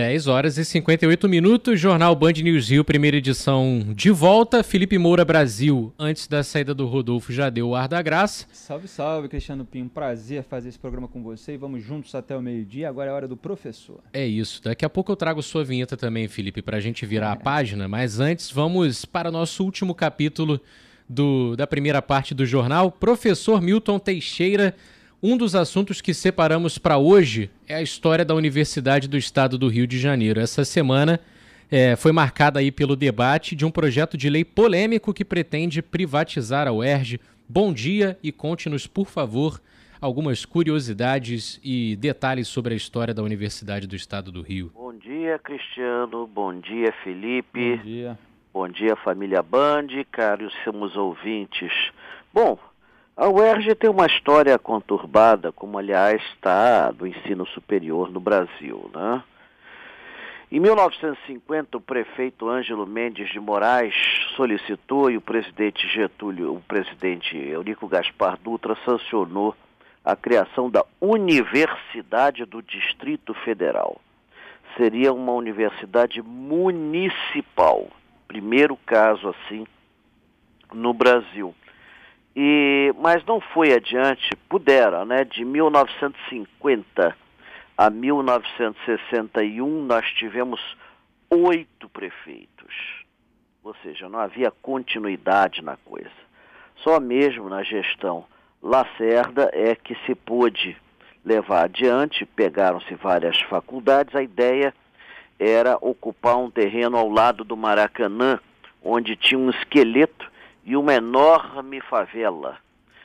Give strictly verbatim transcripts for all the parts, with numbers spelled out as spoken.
dez horas e cinquenta e oito minutos, Jornal Band News Rio, primeira edição de volta. Felipe Moura Brasil, antes da saída do Rodolfo, já deu o ar da graça. Salve, salve, Cristiano Pinho. Prazer fazer esse programa com você e vamos juntos até o meio-dia. Agora é a hora do professor. É isso. Daqui a pouco eu trago sua vinheta também, Felipe, para a gente virar é. a página. Mas antes, vamos para o nosso último capítulo do, da primeira parte do jornal. Professor Milton Teixeira. Um dos assuntos que separamos para hoje é a história da Universidade do Estado do Rio de Janeiro. Essa semana é, foi marcada aí pelo debate de um projeto de lei polêmico que pretende privatizar a U E R J. Bom dia e conte-nos, por favor, algumas curiosidades e detalhes sobre a história da Universidade do Estado do Rio. Bom dia, Cristiano. Bom dia, Felipe. Bom dia. Bom dia, família Band, caríssimos ouvintes. Bom, a U E R J tem uma história conturbada, como aliás está do ensino superior no Brasil, né? Em mil novecentos e cinquenta, o prefeito Ângelo Mendes de Moraes solicitou e o presidente Getúlio, o presidente Eurico Gaspar Dutra sancionou a criação da Universidade do Distrito Federal. Seria uma universidade municipal, primeiro caso assim no Brasil. E, mas não foi adiante, pudera, né? De mil novecentos e cinquenta a mil novecentos e sessenta e um nós tivemos oito prefeitos, ou seja, não havia continuidade na coisa. Só mesmo na gestão Lacerda é que se pôde levar adiante, pegaram-se várias faculdades, a ideia era ocupar um terreno ao lado do Maracanã, onde tinha um esqueleto e uma enorme favela.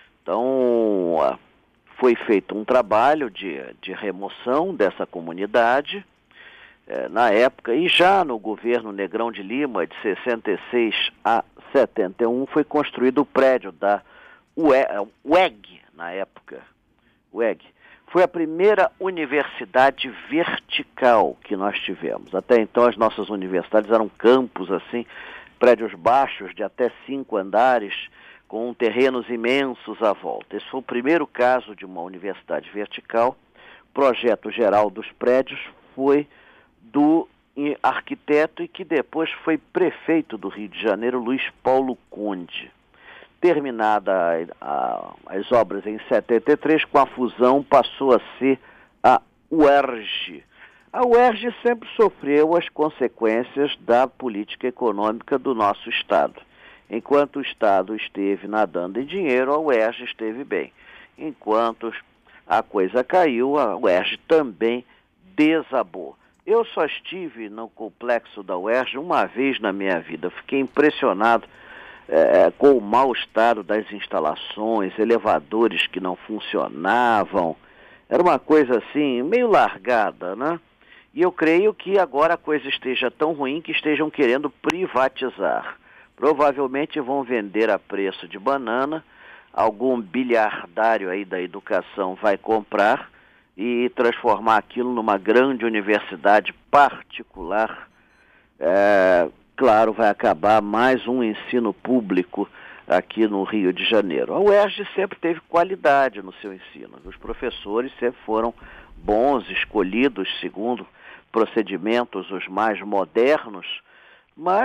Então, foi feito um trabalho de, de remoção dessa comunidade, eh, na época, e já no governo Negrão de Lima, de sessenta e seis a setenta e um, foi construído o prédio da U E G, na época. U E G. Foi a primeira universidade vertical que nós tivemos. Até então, as nossas universidades eram campos, assim, prédios baixos de até cinco andares, com terrenos imensos à volta. Esse foi o primeiro caso de uma universidade vertical. O projeto geral dos prédios foi do arquiteto e que depois foi prefeito do Rio de Janeiro, Luiz Paulo Conde. Terminada a, a, as obras em setenta e três, com a fusão passou a ser a U E R J. A U E R J sempre sofreu as consequências da política econômica do nosso Estado. Enquanto o Estado esteve nadando em dinheiro, a U E R J esteve bem. Enquanto a coisa caiu, a U E R J também desabou. Eu só estive no complexo da U E R J uma vez na minha vida. Fiquei impressionado é, com o mau estado das instalações, elevadores que não funcionavam. Era uma coisa assim, meio largada, né? E eu creio que agora a coisa esteja tão ruim que estejam querendo privatizar. Provavelmente vão vender a preço de banana, algum bilhardário aí da educação vai comprar e transformar aquilo numa grande universidade particular. É, claro, vai acabar mais um ensino público aqui no Rio de Janeiro. A U E R J sempre teve qualidade no seu ensino. Os professores sempre foram bons, escolhidos segundo procedimentos os mais modernos, mas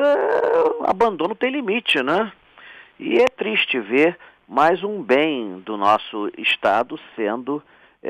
uh, abandono tem limite, né? E é triste ver mais um bem do nosso Estado sendo,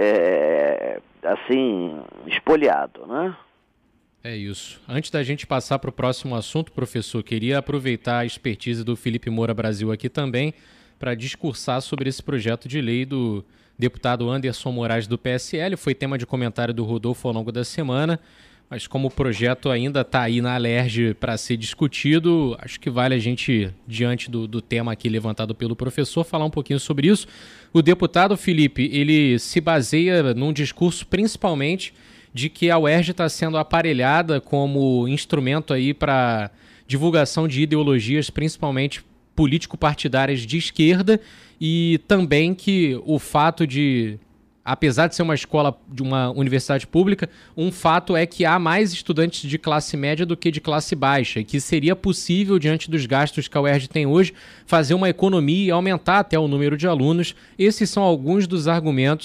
é, assim, espoliado, né? É isso. Antes da gente passar para o próximo assunto, professor, queria aproveitar a expertise do Felipe Moura Brasil aqui também para discursar sobre esse projeto de lei do deputado Anderson Moraes do P S L. Foi tema de comentário do Rodolfo ao longo da semana, mas como o projeto ainda está aí na Alerj para ser discutido, acho que vale a gente, diante do, do tema aqui levantado pelo professor, falar um pouquinho sobre isso. O deputado, Felipe, ele se baseia num discurso principalmente de que a U E R J está sendo aparelhada como instrumento aí para divulgação de ideologias, principalmente político-partidárias de esquerda, e também que o fato de, apesar de ser uma escola, de uma universidade pública, um fato é que há mais estudantes de classe média do que de classe baixa, e que seria possível, diante dos gastos que a U E R J tem hoje, fazer uma economia e aumentar até o número de alunos. Esses são alguns dos argumentos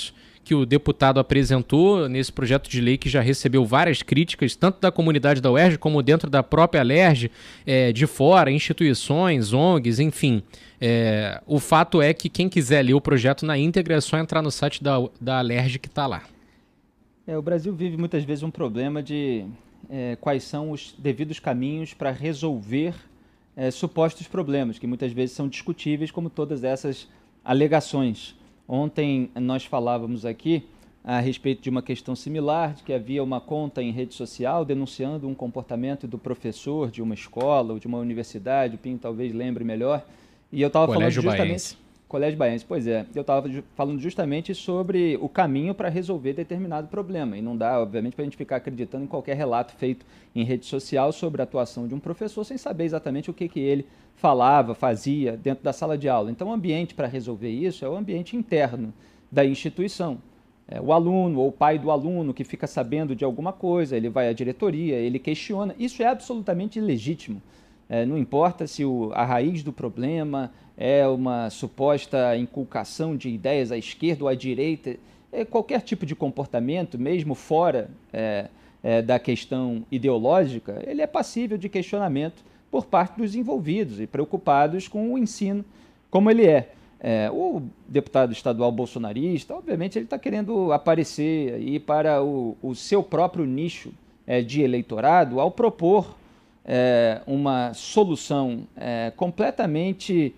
que o deputado apresentou nesse projeto de lei que já recebeu várias críticas, tanto da comunidade da U E R J como dentro da própria Alerj, é, de fora, instituições, O N Gs, enfim. É, o fato é que quem quiser ler o projeto na íntegra é só entrar no site da, da Alerj que está lá. É, o Brasil vive muitas vezes um problema de é, quais são os devidos caminhos para resolver é, supostos problemas, que muitas vezes são discutíveis, como todas essas alegações. Ontem nós falávamos aqui a respeito de uma questão similar, de que havia uma conta em rede social denunciando um comportamento do professor de uma escola ou de uma universidade, o Pinho talvez lembre melhor, e eu estava falando justamente... Baiense. Colégio Baiense, pois é. Eu estava falando justamente sobre o caminho para resolver determinado problema. E não dá, obviamente, para a gente ficar acreditando em qualquer relato feito em rede social sobre a atuação de um professor sem saber exatamente o que, que ele falava, fazia dentro da sala de aula. Então, o ambiente para resolver isso é o ambiente interno da instituição. É, o aluno ou o pai do aluno que fica sabendo de alguma coisa, ele vai à diretoria, ele questiona. Isso é absolutamente legítimo. É, não importa se o, a raiz do problema é uma suposta inculcação de ideias à esquerda ou à direita, é, qualquer tipo de comportamento, mesmo fora é, é, da questão ideológica, ele é passível de questionamento por parte dos envolvidos e preocupados com o ensino como ele é. É, o deputado estadual bolsonarista, obviamente, ele está querendo aparecer aí para o, o seu próprio nicho é, de eleitorado ao propor é, uma solução é, completamente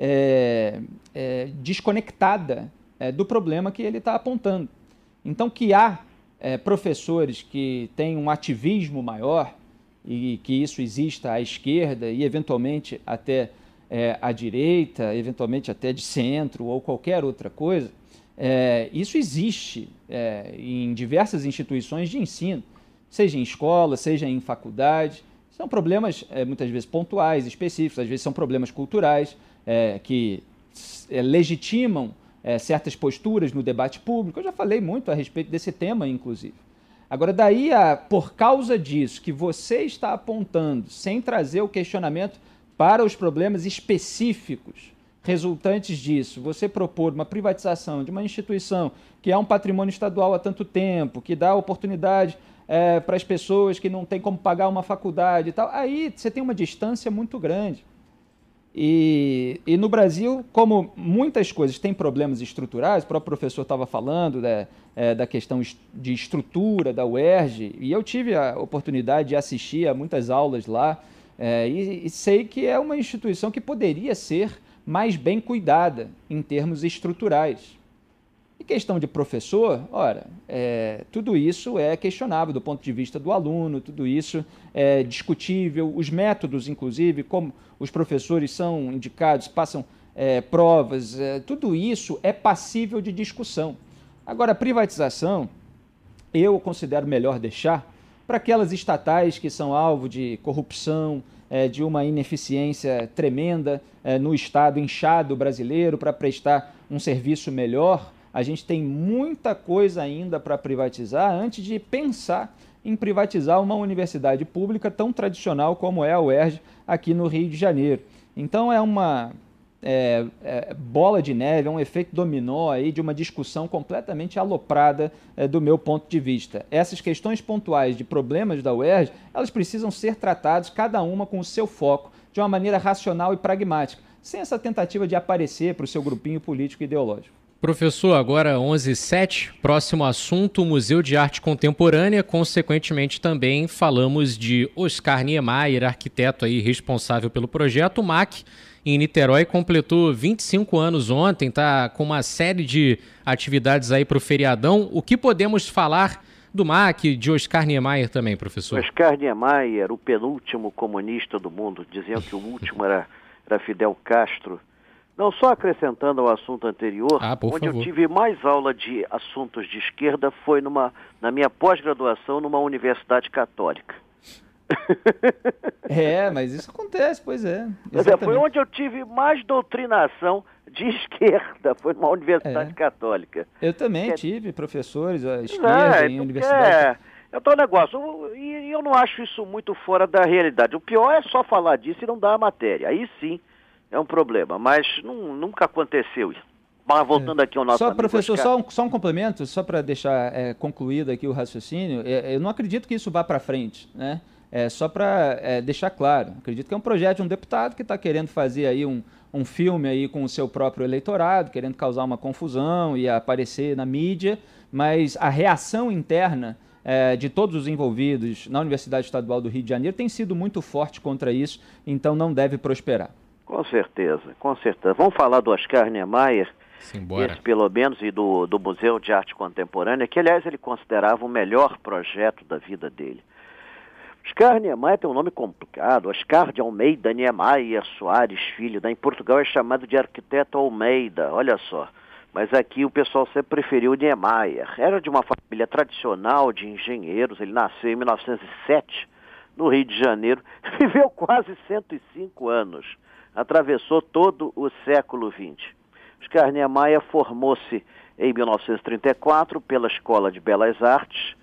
é, é, desconectada é, do problema que ele está apontando. Então, que há é, professores que têm um ativismo maior e que isso exista à esquerda e, eventualmente, até É, à direita, eventualmente até de centro ou qualquer outra coisa, é, isso existe é, em diversas instituições de ensino, seja em escola, seja em faculdade. São problemas é, muitas vezes pontuais, específicos, às vezes são problemas culturais é, que é, legitimam é, certas posturas no debate público. Eu já falei muito a respeito desse tema, inclusive. Agora, daí, a, por causa disso que você está apontando, sem trazer o questionamento para os problemas específicos resultantes disso, você propor uma privatização de uma instituição que é um patrimônio estadual há tanto tempo, que dá oportunidade é, para as pessoas que não têm como pagar uma faculdade e tal, aí você tem uma distância muito grande. E, e no Brasil, como muitas coisas têm problemas estruturais, o próprio professor estava falando da, é, da questão de estrutura da U E R J, e eu tive a oportunidade de assistir a muitas aulas lá, É, e, e sei que é uma instituição que poderia ser mais bem cuidada em termos estruturais. E questão de professor, ora, é, tudo isso é questionável do ponto de vista do aluno, tudo isso é discutível, os métodos, inclusive, como os professores são indicados, passam é, provas, é, tudo isso é passível de discussão. Agora, a privatização, eu considero melhor deixar para aquelas estatais que são alvo de corrupção, é, de uma ineficiência tremenda é, no Estado inchado brasileiro para prestar um serviço melhor. A gente tem muita coisa ainda para privatizar antes de pensar em privatizar uma universidade pública tão tradicional como é a U E R J aqui no Rio de Janeiro. Então é uma é, é, bola de neve, é um efeito dominó aí de uma discussão completamente aloprada é, do meu ponto de vista. Essas questões pontuais de problemas da U E R J, elas precisam ser tratadas cada uma com o seu foco, de uma maneira racional e pragmática, sem essa tentativa de aparecer para o seu grupinho político e ideológico. Professor, agora onze e sete, próximo assunto, Museu de Arte Contemporânea, consequentemente também falamos de Oscar Niemeyer, arquiteto aí responsável pelo projeto. O M A C, em Niterói, completou vinte e cinco anos ontem, está com uma série de atividades aí para o feriadão. O que podemos falar do M A C, de Oscar Niemeyer também, professor? Oscar Niemeyer, o penúltimo comunista do mundo, diziam que o último era, era Fidel Castro. Não, só acrescentando ao assunto anterior, ah, onde favor. eu tive mais aula de assuntos de esquerda foi numa, na minha pós-graduação numa universidade católica. É, mas isso acontece, pois é. Mas é, foi onde eu tive mais doutrinação de esquerda, foi numa universidade é. católica. Eu também é, tive professores à esquerda é, em universidade. É, é o tal negócio, e eu não acho isso muito fora da realidade. O pior é só falar disso e não dar a matéria, aí sim é um problema, mas não, nunca aconteceu isso. Mas voltando é. aqui ao nosso só, amigo professor, Oscar. só um, só um complemento, só para deixar é, concluído aqui o raciocínio, é, eu não acredito que isso vá para frente, né? É, só para é, deixar claro, acredito que é um projeto de um deputado que está querendo fazer aí um, um filme aí com o seu próprio eleitorado, querendo causar uma confusão e aparecer na mídia, mas a reação interna é, de todos os envolvidos na Universidade Estadual do Rio de Janeiro tem sido muito forte contra isso, então não deve prosperar. Com certeza, com certeza. Vamos falar do Oscar Niemeyer, Simbora. esse pelo menos, e do, do Museu de Arte Contemporânea, que aliás ele considerava o melhor projeto da vida dele. Oscar Niemeyer tem um nome complicado, Oscar de Almeida Niemeyer Soares Filho, né? Em Portugal é chamado de arquiteto Almeida, olha só. Mas aqui o pessoal sempre preferiu Niemeyer. Era de uma família tradicional de engenheiros, ele nasceu em mil novecentos e sete, no Rio de Janeiro, viveu quase cento e cinco anos, atravessou todo o século vinte. Oscar Niemeyer formou-se em mil novecentos e trinta e quatro pela Escola de Belas Artes,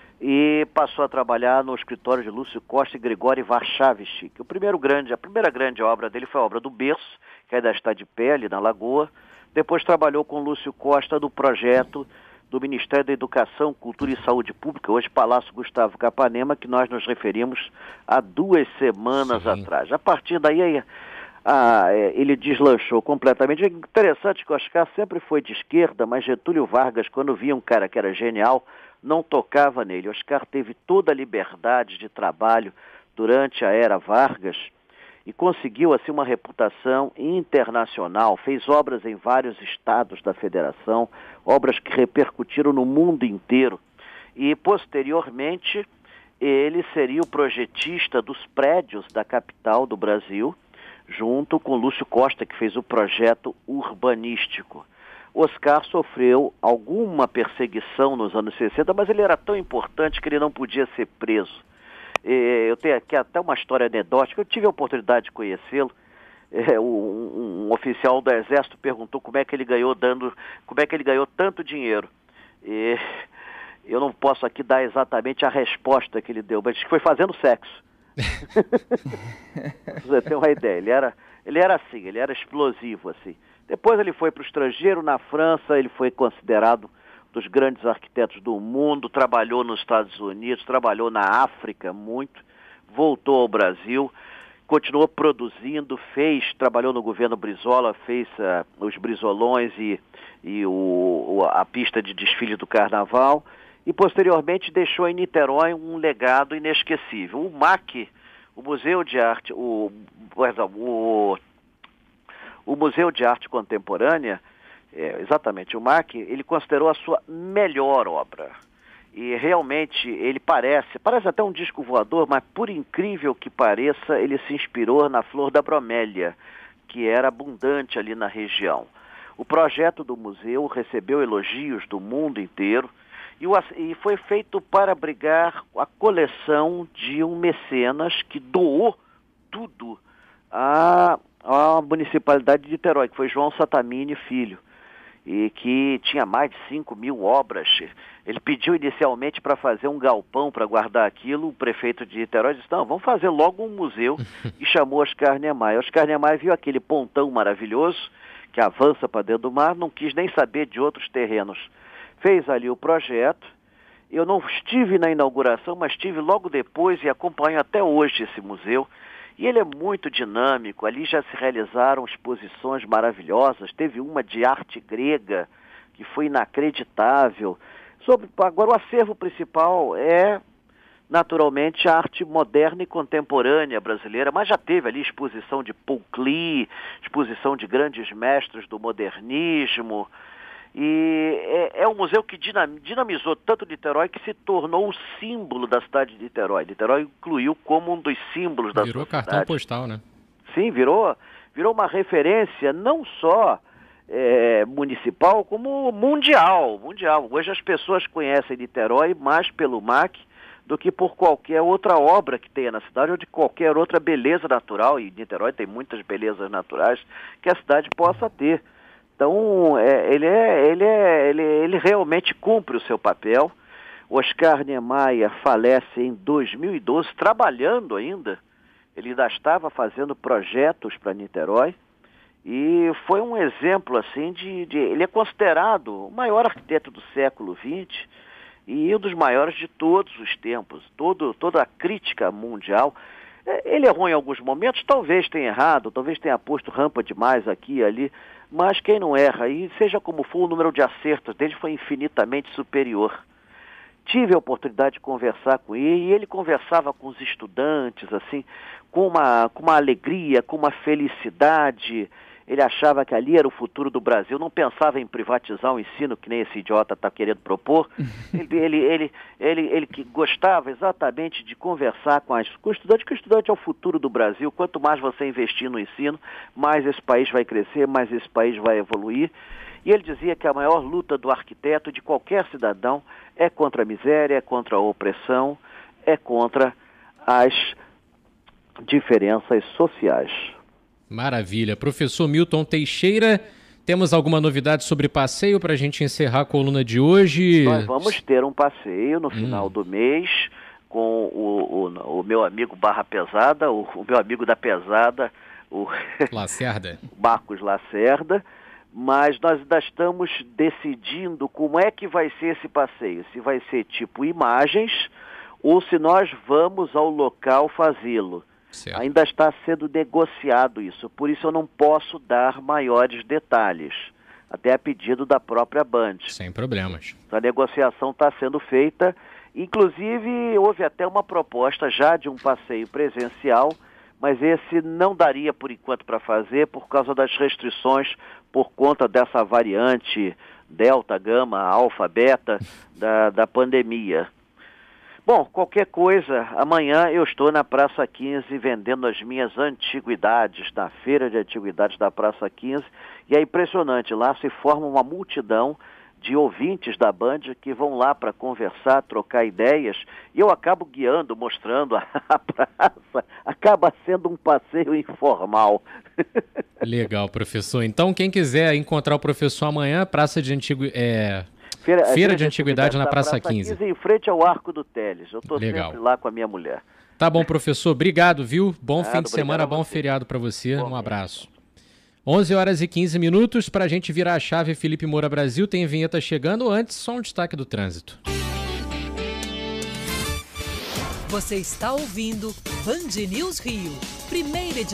e passou a trabalhar no escritório de Lúcio Costa e Grigori Varchavsky. O primeiro grande, a primeira grande obra dele foi a obra do Berço, que ainda está de pé ali na Lagoa. Depois trabalhou com Lúcio Costa no projeto do Ministério da Educação, Cultura e Saúde Pública, hoje Palácio Gustavo Capanema, que nós nos referimos há duas semanas Sim. atrás. A partir daí, ah, ele deslanchou completamente. É interessante que o Oscar sempre foi de esquerda, mas Getúlio Vargas, quando via um cara que era genial, não tocava nele. Oscar teve toda a liberdade de trabalho durante a era Vargas e conseguiu assim uma reputação internacional, fez obras em vários estados da federação, obras que repercutiram no mundo inteiro. E posteriormente ele seria o projetista dos prédios da capital do Brasil, junto com Lúcio Costa, que fez o projeto urbanístico. Oscar sofreu alguma perseguição nos anos sessenta, mas ele era tão importante que ele não podia ser preso. Eu tenho aqui até uma história anedótica, eu tive a oportunidade de conhecê-lo. É, um, um oficial do Exército perguntou como é que ele ganhou dando, como é que ele ganhou tanto dinheiro. E eu não posso aqui dar exatamente a resposta que ele deu, mas que foi fazendo sexo. Você tem uma ideia, ele era, ele era assim, ele era explosivo assim. Depois ele foi para o estrangeiro, na França, ele foi considerado dos grandes arquitetos do mundo, trabalhou nos Estados Unidos, trabalhou na África muito, voltou ao Brasil, continuou produzindo, fez, trabalhou no governo Brizola, fez uh, os Brizolões e, e o, o, a pista de desfile do Carnaval, e posteriormente deixou em Niterói um legado inesquecível. O M A C, o Museu de Arte, o, o O Museu de Arte Contemporânea, é, exatamente, o M A C, ele considerou a sua melhor obra. E realmente ele parece, parece até um disco voador, mas por incrível que pareça, ele se inspirou na flor da bromélia, que era abundante ali na região. O projeto do museu recebeu elogios do mundo inteiro e, o, e foi feito para abrigar a coleção de um mecenas que doou tudo a... a municipalidade de Niterói, que foi João Satamini Filho, e que tinha mais de cinco mil obras. Ele pediu inicialmente para fazer um galpão para guardar aquilo, o prefeito de Niterói disse, não, vamos fazer logo um museu, e chamou Oscar Niemeyer. Oscar Niemeyer viu aquele pontão maravilhoso, que avança para dentro do mar, não quis nem saber de outros terrenos. Fez ali o projeto, eu não estive na inauguração, mas estive logo depois e acompanho até hoje esse museu. E ele é muito dinâmico, ali já se realizaram exposições maravilhosas, teve uma de arte grega, que foi inacreditável. Sobre, agora o acervo principal é, naturalmente, a arte moderna e contemporânea brasileira, mas já teve ali exposição de Paul Klee, exposição de grandes mestres do modernismo. E é, é um museu que dinamizou tanto Niterói que se tornou o símbolo da cidade de Niterói. Niterói incluiu como um dos símbolos da virou sua cartão cidade. Postal, né? Sim, virou, virou uma referência não só é, municipal, como mundial, mundial. Hoje as pessoas conhecem Niterói mais pelo M A C do que por qualquer outra obra que tenha na cidade ou de qualquer outra beleza natural, e Niterói tem muitas belezas naturais que a cidade possa ter. Então, é, ele, é, ele, é, ele, ele realmente cumpre o seu papel. Oscar Niemeyer falece em dois mil e doze, trabalhando ainda. Ele ainda estava fazendo projetos para Niterói. E foi um exemplo, assim, de, de... Ele é considerado o maior arquiteto do século vinte e um dos maiores de todos os tempos. Todo, toda a crítica mundial... Ele errou em alguns momentos, talvez tenha errado, talvez tenha posto rampa demais aqui e ali, mas quem não erra, e seja como for, o número de acertos dele foi infinitamente superior. Tive a oportunidade de conversar com ele, e ele conversava com os estudantes, assim, com uma, com uma alegria, com uma felicidade. Ele achava que ali era o futuro do Brasil, não pensava em privatizar o ensino, que nem esse idiota está querendo propor. Ele, ele, ele, ele, ele que gostava exatamente de conversar com, as, com o estudante, que o estudante é o futuro do Brasil. Quanto mais você investir no ensino, mais esse país vai crescer, mais esse país vai evoluir. E ele dizia que a maior luta do arquiteto, de qualquer cidadão, é contra a miséria, é contra a opressão, é contra as diferenças sociais. Maravilha. Professor Milton Teixeira, temos alguma novidade sobre passeio para a gente encerrar a coluna de hoje? Nós vamos ter um passeio no final hum. do mês com o, o, o meu amigo Barra Pesada, o, o meu amigo da Pesada, o Lacerda. Marcos Lacerda, mas nós ainda estamos decidindo como é que vai ser esse passeio, se vai ser tipo imagens ou se nós vamos ao local fazê-lo. Certo. Ainda está sendo negociado isso, por isso eu não posso dar maiores detalhes, até a pedido da própria Band. Sem problemas. A negociação está sendo feita, inclusive houve até uma proposta já de um passeio presencial, mas esse não daria por enquanto para fazer por causa das restrições, por conta dessa variante Delta, Gama, Alfa, Beta da, da pandemia. Bom, qualquer coisa, amanhã eu estou na Praça quinze vendendo as minhas antiguidades, na Feira de Antiguidades da Praça quinze, e é impressionante, lá se forma uma multidão de ouvintes da Band que vão lá para conversar, trocar ideias, e eu acabo guiando, mostrando a, a praça, acaba sendo um passeio informal. Legal, professor. Então, quem quiser encontrar o professor amanhã, Praça de Antigo... É... Feira, Feira de Antiguidade na Praça, Praça quinze. quinze, em frente ao Arco do Teles. Eu estou sempre lá com a minha mulher. Tá bom, professor. Obrigado, viu? Bom Nada, fim de semana, bom feriado para você. Bom, um abraço. onze horas e quinze minutos. Para a gente virar a chave, Felipe Moura Brasil. Tem vinheta chegando. Antes, só um destaque do trânsito. Você está ouvindo Band News Rio. Primeira edição.